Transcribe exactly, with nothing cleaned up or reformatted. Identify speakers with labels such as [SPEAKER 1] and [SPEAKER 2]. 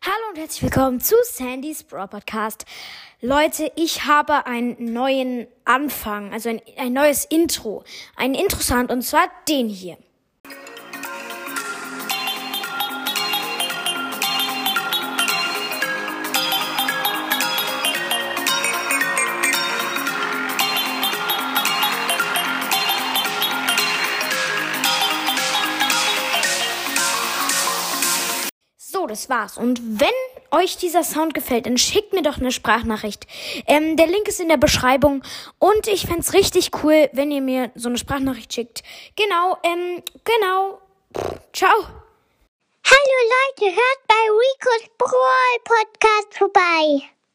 [SPEAKER 1] Hallo und herzlich willkommen zu Sandys Brawl Podcast. Leute, ich habe einen neuen Anfang, also ein, ein neues Intro. Ein Intro-Sound und zwar den hier. So, das war's. Und wenn euch dieser Sound gefällt, dann schickt mir doch eine Sprachnachricht. Ähm, der Link ist in der Beschreibung. Und ich fänd's richtig cool, wenn ihr mir so eine Sprachnachricht schickt. Genau, ähm, genau. Pff, ciao.
[SPEAKER 2] Hallo Leute, hört bei Ricos Brawl Podcast vorbei.